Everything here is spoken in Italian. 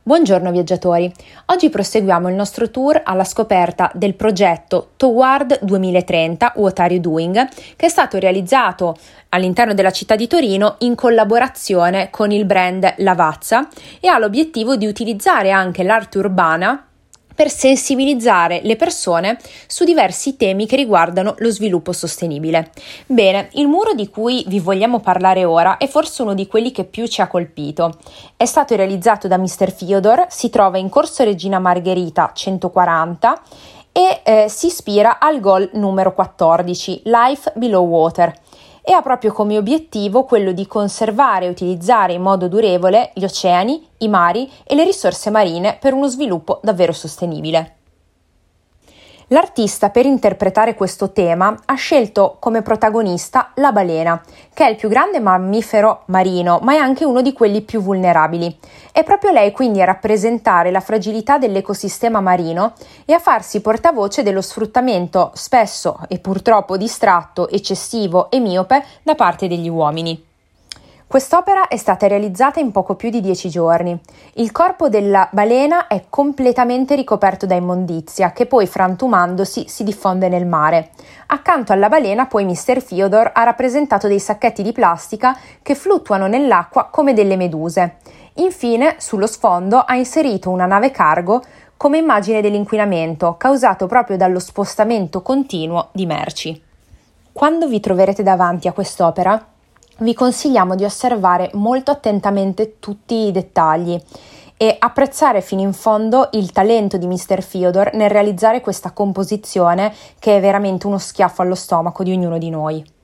Buongiorno viaggiatori, oggi proseguiamo il nostro tour alla scoperta del progetto Toward 2030 What Are You Doing, che è stato realizzato all'interno della città di Torino in collaborazione con il brand Lavazza e ha l'obiettivo di utilizzare anche l'arte urbana per sensibilizzare le persone su diversi temi che riguardano lo sviluppo sostenibile. Bene, il muro di cui vi vogliamo parlare ora è forse uno di quelli che più ci ha colpito. È stato realizzato da Mr. Fyodor, si trova in Corso Regina Margherita 140 e si ispira al goal numero 14, Life Below Water. E ha proprio come obiettivo quello di conservare e utilizzare in modo durevole gli oceani, i mari e le risorse marine per uno sviluppo davvero sostenibile. L'artista, per interpretare questo tema, ha scelto come protagonista la balena, che è il più grande mammifero marino, ma è anche uno di quelli più vulnerabili. È proprio lei quindi a rappresentare la fragilità dell'ecosistema marino e a farsi portavoce dello sfruttamento spesso e purtroppo distratto, eccessivo e miope da parte degli uomini. Quest'opera è stata realizzata in poco più di 10 giorni. Il corpo della balena è completamente ricoperto da immondizia che poi, frantumandosi, si diffonde nel mare. Accanto alla balena poi Mr. Fyodor ha rappresentato dei sacchetti di plastica che fluttuano nell'acqua come delle meduse. Infine, sullo sfondo ha inserito una nave cargo come immagine dell'inquinamento causato proprio dallo spostamento continuo di merci. Quando vi troverete davanti a quest'opera, vi consigliamo di osservare molto attentamente tutti i dettagli e apprezzare fino in fondo il talento di Mr. Fyodor nel realizzare questa composizione che è veramente uno schiaffo allo stomaco di ognuno di noi.